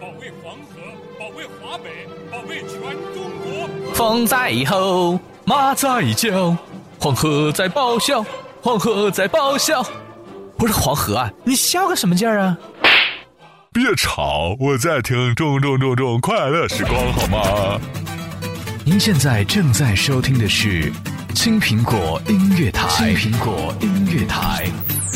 保卫黄河，保卫华北，保卫全中国。 风在吼，马在叫，黄河在咆哮，黄河在咆哮。不是黄河啊，你笑个什么劲儿啊？ 别吵，我在听中快乐时光，好吗？ 您现在正在收听的是青苹果音乐台，青苹果音乐台。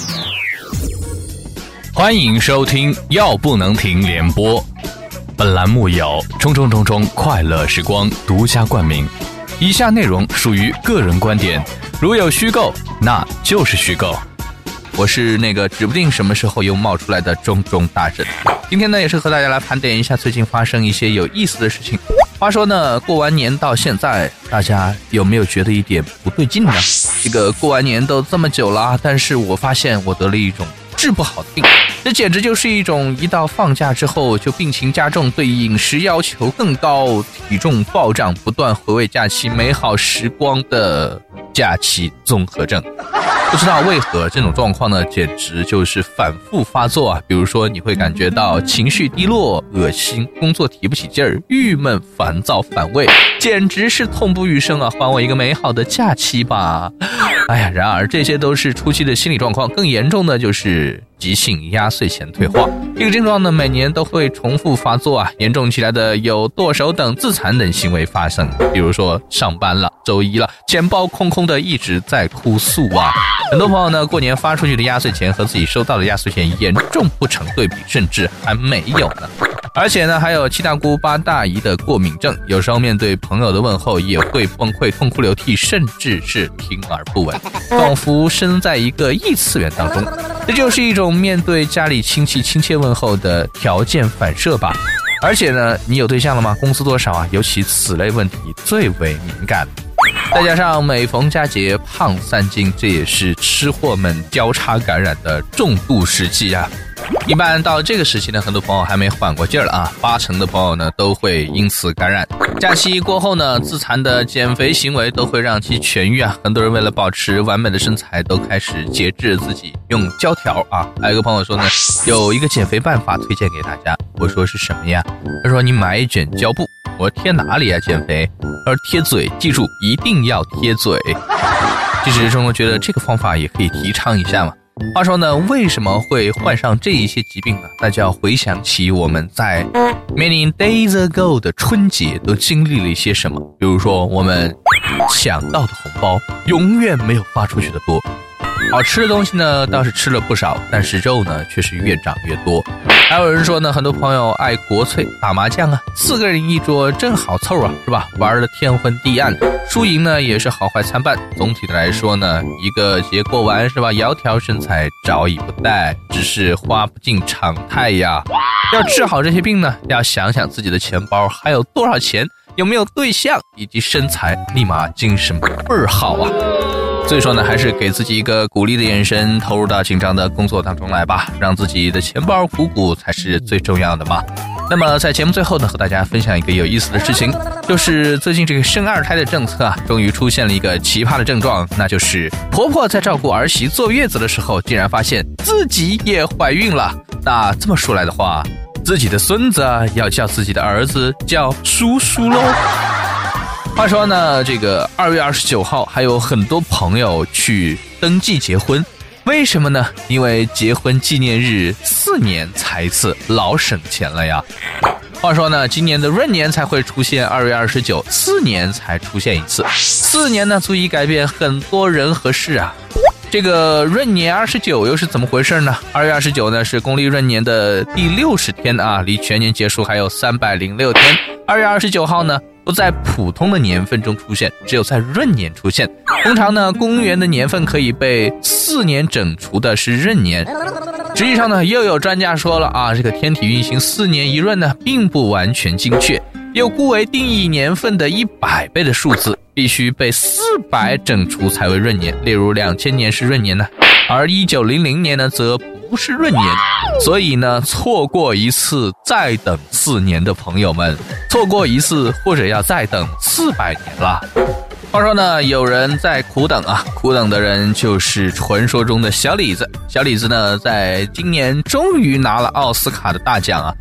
欢迎收听要不能停联播，本栏目由中快乐时光独家冠名。以下内容属于个人观点，如有虚构，那就是虚构。我是那个指不定什么时候又冒出来的中大人。今天呢，也是和大家来盘点一下最近发生一些有意思的事情。话说呢，过完年到现在，大家有没有觉得一点不对劲呢？这个过完年都这么久了，但是我发现我得了一种治不好的病，这简直就是一种一到放假之后就病情加重，对饮食要求更高，体重暴涨，不断回味假期美好时光的假期综合症。不知道为何这种状况呢，简直就是反复发作啊！比如说你会感觉到情绪低落、恶心、工作提不起劲儿、郁闷、烦躁、反胃，简直是痛不欲生啊！还我一个美好的假期吧！哎呀，然而这些都是初期的心理状况，更严重的就是急性压岁钱退化。这个症状呢，每年都会重复发作啊，严重起来的有剁手等自残等行为发生，比如说上班了、周一了，钱包空空的一直在哭诉啊。很多朋友呢，过年发出去的压岁钱和自己收到的压岁钱严重不成对比，甚至还没有呢。而且呢，还有七大姑八大姨的过敏症，有时候面对朋友的问候也会崩溃、痛哭流涕，甚至是听而不闻，仿佛身在一个异次元当中。这就是一种面对家里亲戚亲切问候的条件反射吧。而且呢，你有对象了吗？工资多少啊？尤其此类问题最为敏感。再加上每逢佳节胖3斤，这也是吃货们交叉感染的重度时期啊。一般到这个时期呢，很多朋友还没缓过劲儿了啊，80%的朋友呢都会因此感染。假期过后呢，自残的减肥行为都会让其痊愈啊。很多人为了保持完美的身材，都开始节制自己，用胶条啊。还有一个朋友说呢，有一个减肥办法推荐给大家。我说是什么呀？他说你买一卷胶布。我贴哪里啊？减肥？他说贴嘴，记住一定要贴嘴。其实中国觉得这个方法也可以提倡一下嘛。话说呢，为什么会患上这一些疾病呢？那就要回想起我们在 many days ago 的春节都经历了一些什么。比如说我们抢到的红包永远没有发出去的多，好吃的东西呢倒是吃了不少，但是肉呢却是越长越多。还有人说呢，很多朋友爱国粹打麻将啊，4个人一桌正好凑啊，是吧？玩的天昏地暗，输赢呢也是好坏参半。总体的来说呢，一个节过完是吧，窈窕身材早已不在，只是花不尽常态呀。要治好这些病呢，要想想自己的钱包还有多少钱，有没有对象，以及身材，立马精神倍儿好啊。所以说呢，还是给自己一个鼓励的眼神，投入到紧张的工作当中来吧，让自己的钱包鼓鼓才是最重要的嘛。那么在节目最后呢，和大家分享一个有意思的事情，就是最近这个生2胎的政策啊，终于出现了一个奇葩的症状，那就是婆婆在照顾儿媳坐月子的时候，竟然发现自己也怀孕了。那这么说来的话，自己的孙子要叫自己的儿子叫叔叔喽。话说呢，这个2月29号还有很多朋友去登记结婚，为什么呢？因为结婚纪念日4年才一次，老省钱了呀。话说呢，今年的闰年才会出现2月29，4年才出现一次，4年呢足以改变很多人和事啊。这个闰年29又是怎么回事呢？2月29呢是公历闰年的第60天啊，离全年结束还有306天。2月29号呢不在普通的年份中出现，只有在闰年出现。通常呢，公元的年份可以被4年整除的是闰年。实际上呢，又有专家说了啊，这个天体运行4年一闰呢，并不完全精确，又故为定义年份的100倍的数字，必须被400整除才为闰年。例如2000年是闰年呢，而1900年呢则不是闰年。所以呢，错过一次再等4年的朋友们，错过一次或者要再等400年了。话说呢，有人在苦等啊，苦等的人就是传说中的小李子。小李子呢，在今年终于拿了奥斯卡的大奖啊。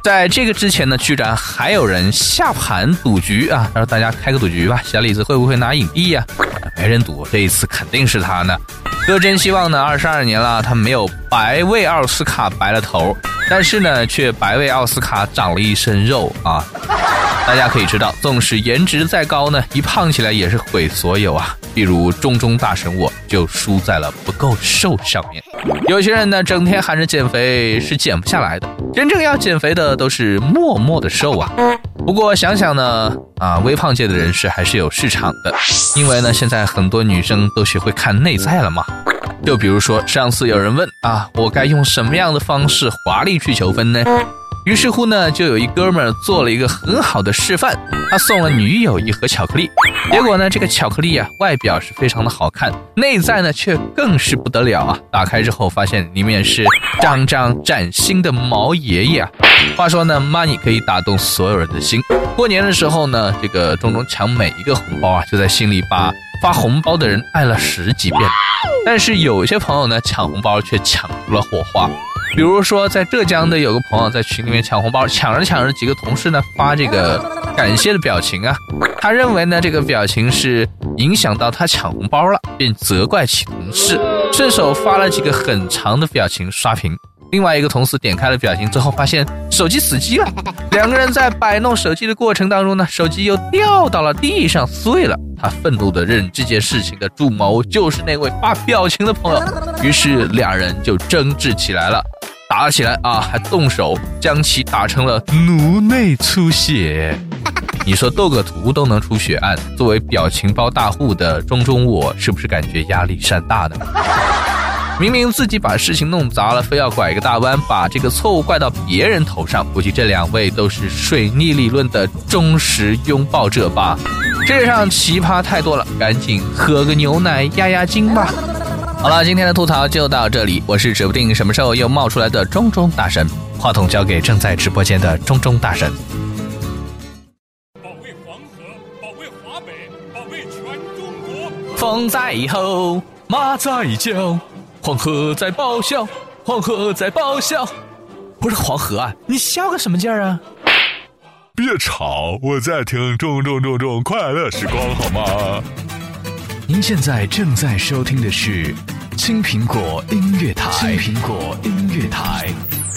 在这个之前呢，居然还有人下盘赌局啊，让大家开个赌局吧，小李子会不会拿影帝呀？没人赌，这一次肯定是他呢。哥真希望呢，22年了，他没有白为奥斯卡白了头，但是呢，却白为奥斯卡长了一身肉啊。大家可以知道，纵使颜值再高呢，一胖起来也是毁所有啊。比如中中大神我就输在了不够瘦上面。有些人呢，整天喊着减肥是减不下来的，真正要减肥的都是默默的瘦啊。不过想想呢，微胖界的人士还是有市场的，因为呢，现在很多女生都学会看内在了嘛。就比如说上次有人问我该用什么样的方式华丽去求婚呢？于是乎呢，就有一哥们儿做了一个很好的示范，他送了女友一盒巧克力。结果呢，这个巧克力外表是非常的好看，内在呢却更是不得了啊！打开之后发现里面是张张崭新的毛爷爷啊！话说呢 ，money 可以打动所有人的心。过年的时候呢，这个中中抢每一个红包就在心里把发红包的人爱了10几遍。但是有些朋友呢，抢红包却抢出了火花。比如说在浙江的有个朋友在群里面抢红包，抢着几个同事呢发这个感谢的表情啊，他认为呢这个表情是影响到他抢红包了，便责怪其同事，顺手发了几个很长的表情刷屏。另外一个同事点开了表情之后发现手机死机了，两个人在摆弄手机的过程当中呢，手机又掉到了地上碎了。他愤怒地认这件事情的主谋就是那位发表情的朋友，于是两人就争执起来了，打起来还动手将其打成了颅内出血。你说斗个图都能出血案，作为表情包大户的中中我是不是感觉压力山大呢？明明自己把事情弄砸了，非要拐一个大弯，把这个错误怪到别人头上。估计这两位都是水逆理论的忠实拥抱者吧。世界上奇葩太多了，赶紧喝个牛奶压压惊吧。好了，今天的吐槽就到这里，我是指不定什么时候又冒出来的中中大神，话筒交给正在直播间的中中大神。 保卫黄河，保卫华北，保卫全中国。 风在吼，马在叫，黄河在咆哮，黄河在咆哮。不是黄河啊，你笑个什么劲儿啊？ 别吵，我在听中快乐时光好吗？ 您现在正在收听的是青苹果音乐台。青苹果音乐台，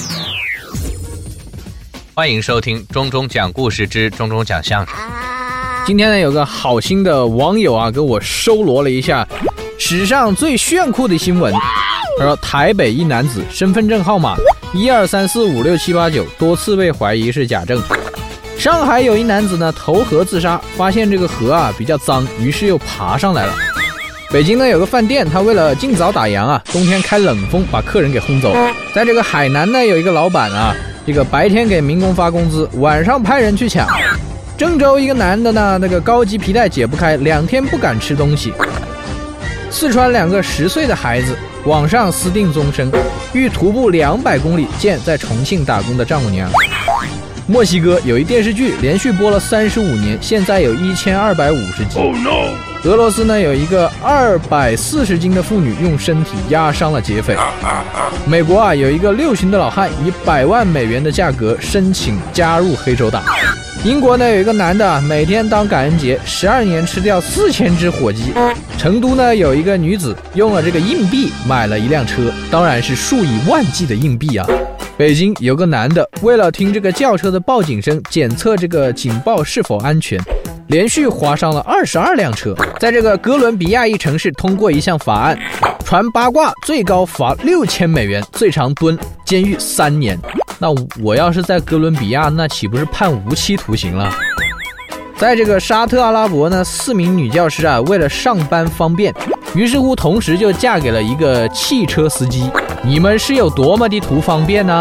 欢迎收听中中讲故事之中中讲相声。 今天呢，有个好心的网友给我搜罗了一下史上最炫酷的新闻。他说，台北一男子身份证号码123456789多次被怀疑是假证。上海有一男子呢投河自杀，发现这个河比较脏，于是又爬上来了。北京呢有个饭店，他为了尽早打烊冬天开冷风把客人给轰走。在这个海南呢有一个老板这个白天给民工发工资，晚上派人去抢。郑州一个男的呢，那个高级皮带解不开，2天不敢吃东西。四川2个10岁的孩子网上私定终身，欲徒步200公里见在重庆打工的丈母娘。墨西哥有一电视剧连续播了35年，现在有1250集。俄罗斯呢有一个240斤的妇女用身体压伤了劫匪。美国有一个6旬的老汉以100万美元的价格申请加入黑手党。英国呢有一个男的每天当感恩节12年吃掉4000只火鸡。成都呢有一个女子用了这个硬币买了一辆车，当然是数以万计的硬币北京有个男的为了听这个轿车的报警声，检测这个警报是否安全，连续划伤了22辆车。在这个哥伦比亚一城市通过一项法案，传八卦最高罚6000美元，最长蹲监狱3年。那我要是在哥伦比亚，那岂不是判无期徒刑了？在这个沙特阿拉伯呢，4名女教师为了上班方便，于是乎同时就嫁给了一个汽车司机。你们是有多么的图方便呢？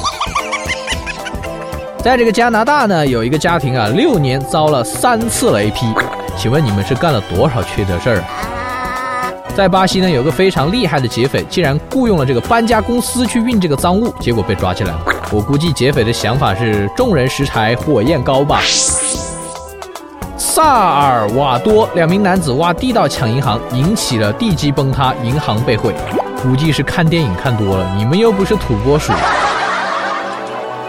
在这个加拿大呢，有一个家庭6年遭了3次雷劈，请问你们是干了多少缺德事儿？在巴西呢，有个非常厉害的劫匪，竟然雇佣了这个搬家公司去运这个赃物，结果被抓起来了。我估计劫匪的想法是众人拾柴火焰高吧。萨尔瓦多2名男子挖地道抢银行，引起了地基崩塌，银行被毁。估计是看电影看多了，你们又不是土拨鼠。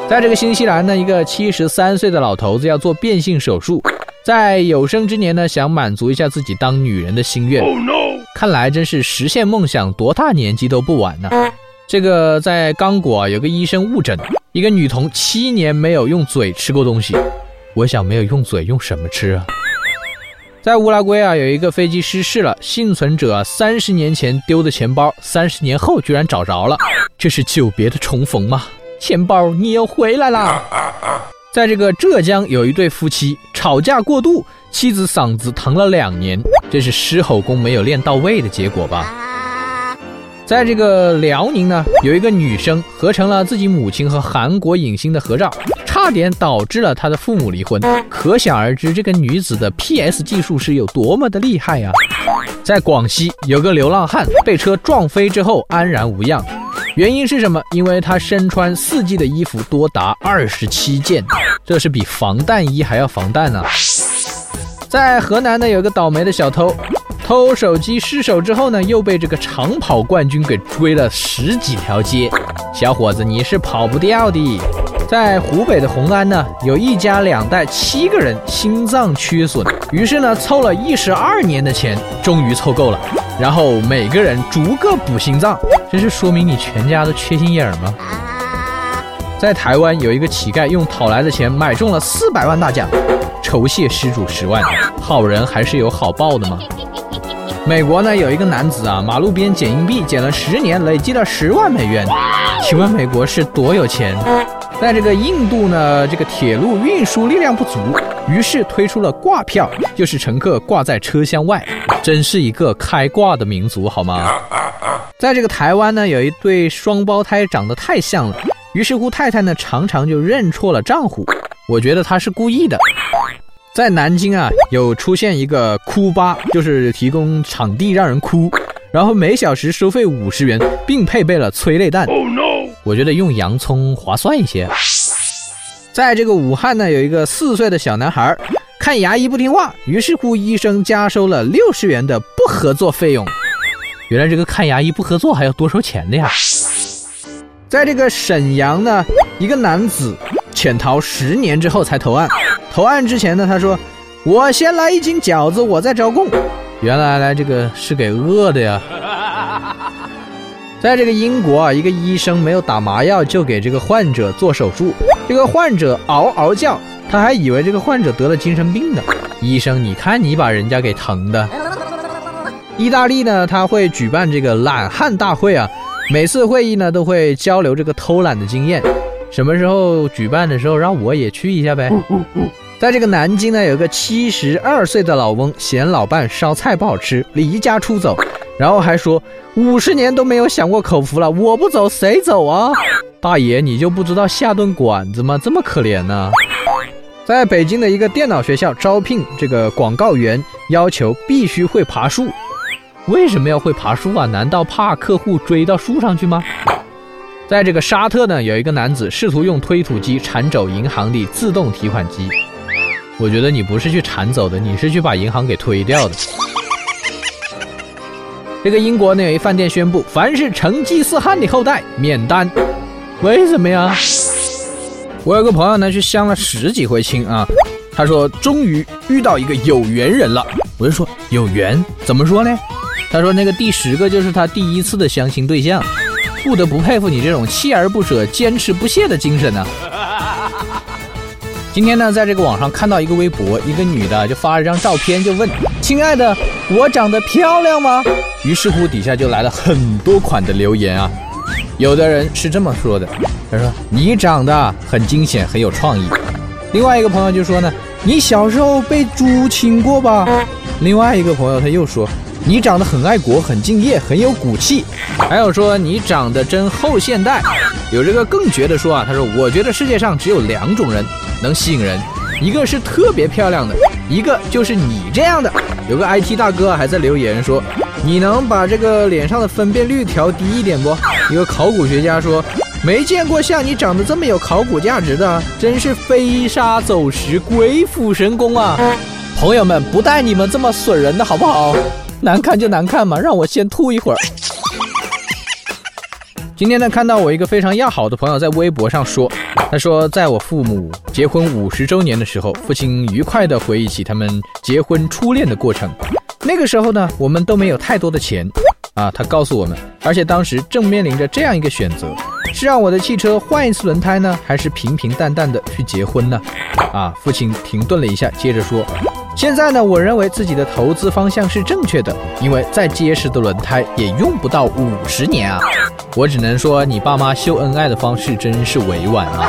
在这个新西兰呢，一个73岁的老头子要做变性手术，在有生之年呢，想满足一下自己当女人的心愿。看来真是实现梦想多大年纪都不晚呢。这个在刚果有个医生误诊，一个女童7年没有用嘴吃过东西。我想没有用嘴用什么吃啊？在乌拉圭啊，有一个飞机失事了，幸存者30年前丢的钱包，30年后居然找着了，这是久别的重逢吗？钱包你又回来啦！在这个浙江有一对夫妻吵架过度，妻子嗓子疼了2年，这是狮吼功没有练到位的结果吧。在这个辽宁呢，有一个女生合成了自己母亲和韩国影星的合照，差点导致了她的父母离婚，可想而知这个女子的 PS 技术是有多么的厉害啊。在广西有个流浪汉被车撞飞之后安然无恙，原因是什么？因为他身穿4季的衣服多达27件，这是比防弹衣还要防弹啊。在河南呢，有个倒霉的小偷，偷手机失手之后呢，又被这个长跑冠军给追了10几条街。小伙子，你是跑不掉的。在湖北的红安呢，有一家2代7个人心脏缺损，于是呢凑了12年的钱，终于凑够了，然后每个人逐个补心脏，这是说明你全家都缺心眼吗？在台湾有一个乞丐用讨来的钱买中了400万大奖，酬谢失主10万，好人还是有好报的吗？美国呢有一个男子啊，马路边捡硬币捡了10年，累积了10万美元，请问美国是多有钱？在这个印度呢，这个铁路运输力量不足，于是推出了挂票，就是乘客挂在车厢外，真是一个开挂的民族好吗？在这个台湾呢，有一对双胞胎长得太像了，于是乎太太呢常常就认错了丈夫，我觉得她是故意的。在南京啊，有出现一个哭吧，就是提供场地让人哭，然后每小时收费50元，并配备了催泪弹。我觉得用洋葱划算一些。在这个武汉呢，有一个4岁的小男孩看牙医不听话，于是乎医生加收了60元的不合作费用。原来这个看牙医不合作还要多收钱的呀。在这个沈阳呢，一个男子潜逃10年之后才投案。投案之前呢，他说我先来1斤饺子，我再招供。原来这个是给饿的呀。在这个英国啊，一个医生没有打麻药就给这个患者做手术，这个患者嗷嗷叫，他还以为这个患者得了精神病呢。医生，你看你把人家给疼的。意大利呢，他会举办这个懒汉大会啊，每次会议呢都会交流这个偷懒的经验。什么时候举办的时候让我也去一下呗。在这个南京呢，有个72岁的老翁嫌老伴烧菜不好吃，离家出走，然后还说50年都没有享过口福了，我不走谁走啊？大爷，你就不知道下顿馆子吗？这么可怜呢？在北京的一个电脑学校招聘这个广告员，要求必须会爬树。为什么要会爬树啊？难道怕客户追到树上去吗？在这个沙特呢，有一个男子试图用推土机铲走银行的自动提款机。我觉得你不是去铲走的，你是去把银行给推掉的。这个英国呢，有一饭店宣布，凡是成吉思汗的后代免单。为什么呀？我有个朋友呢，去相了10几回亲啊，他说终于遇到一个有缘人了。我就说有缘怎么说呢？他说那个第10个就是他第1次的相亲对象。不得不佩服你这种锲而不舍、坚持不懈的精神啊！今天呢，在这个网上看到一个微博，一个女的就发了一张照片，就问：亲爱的，我长得漂亮吗？于是乎底下就来了很多款的留言啊。有的人是这么说的，他说你长得很惊险，很有创意。另外一个朋友就说呢，你小时候被猪亲过吧？另外一个朋友他又说，你长得很爱国，很敬业，很有骨气。还有说你长得真后现代。有这个更绝的说啊，他说我觉得世界上只有2种人能吸引人，一个是特别漂亮的，一个就是你这样的。有个 IT 大哥还在留言说，你能把这个脸上的分辨率调低一点不？一个考古学家说，没见过像你长得这么有考古价值的，真是飞沙走石，鬼斧神工啊！朋友们，不带你们这么损人的好不好？难看就难看嘛，让我先吐一会儿。今天呢，看到我一个非常要好的朋友在微博上说， 他说，在我父母结婚50周年的时候，父亲愉快地回忆起他们结婚初恋的过程。那个时候呢，我们都没有太多的钱啊，他告诉我们，而且当时正面临着这样一个选择，是让我的汽车换一次轮胎呢，还是平平淡淡的去结婚呢？啊，父亲停顿了一下，接着说，现在呢，我认为自己的投资方向是正确的，因为再结实的轮胎也用不到50年啊。我只能说，你爸妈秀恩爱的方式真是委婉啊。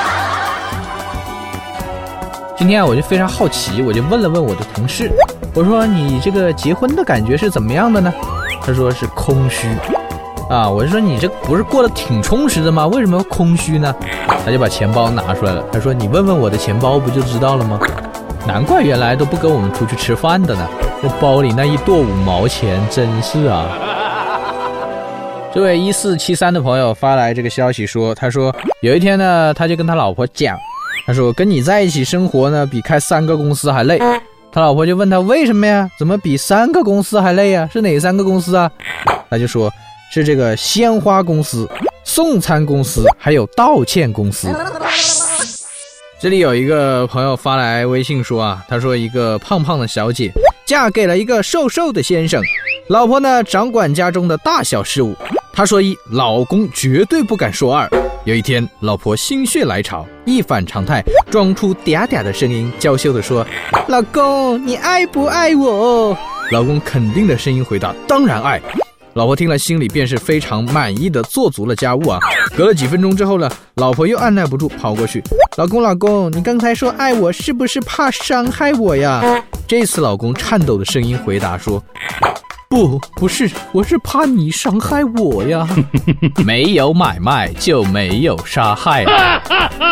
今天啊，我就非常好奇，我就问了问我的同事，我说你这个结婚的感觉是怎么样的呢？他说是空虚啊。我就说你这不是过得挺充实的吗？为什么要空虚呢？他就把钱包拿出来了，他说你问问我的钱包不就知道了吗？难怪原来都不跟我们出去吃饭的呢，这包里那一摞5毛钱真是啊。这位1473的朋友发来这个消息说，他说有一天呢，他就跟他老婆讲，他说跟你在一起生活呢，比开3个公司还累。他老婆就问他为什么呀？怎么比3个公司还累啊？是哪3个公司啊？他就说是这个鲜花公司、送餐公司还有道歉公司。这里有一个朋友发来微信说啊，他说一个胖胖的小姐嫁给了一个瘦瘦的先生，老婆呢掌管家中的大小事务。他说一，老公绝对不敢说二。有一天，老婆心血来潮，一反常态，装出嗲嗲的声音，娇羞地说：“老公，你爱不爱我？”老公肯定的声音回答：“当然爱。”老婆听了心里便是非常满意的做足了家务啊。隔了几分钟之后呢，老婆又按耐不住跑过去：“老公，你刚才说爱我，是不是怕伤害我呀？”这次老公颤抖的声音回答说：“不是，我是怕你伤害我呀。”没有买卖就没有杀害啊。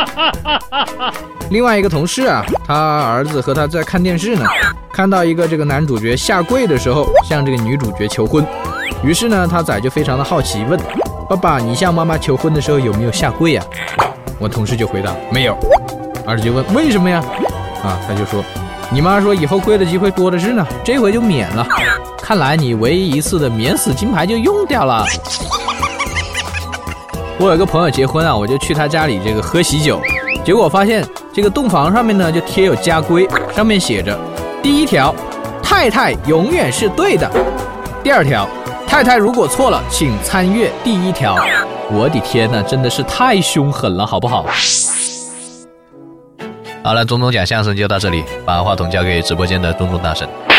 另外一个同事啊，他儿子和他在看电视呢，看到一个这个男主角下跪的时候向这个女主角求婚，于是呢他仔就非常的好奇问：“爸爸，你向妈妈求婚的时候有没有下跪啊？”我同事就回答：“没有。”儿子就问：“为什么呀？”啊，他就说：“你妈说以后跪的机会多的是呢，这回就免了。看来你唯一一次的免死金牌就用掉了。”我有个朋友结婚啊，我就去他家里这个喝喜酒，结果我发现这个洞房上面呢就贴有家规，上面写着：第1条，太太永远是对的；第2条，太太如果错了，请参阅第1条。我的天哪，真的是太凶狠了，好不好？好了，钟钟讲相声就到这里，把话筒交给直播间的钟钟大神。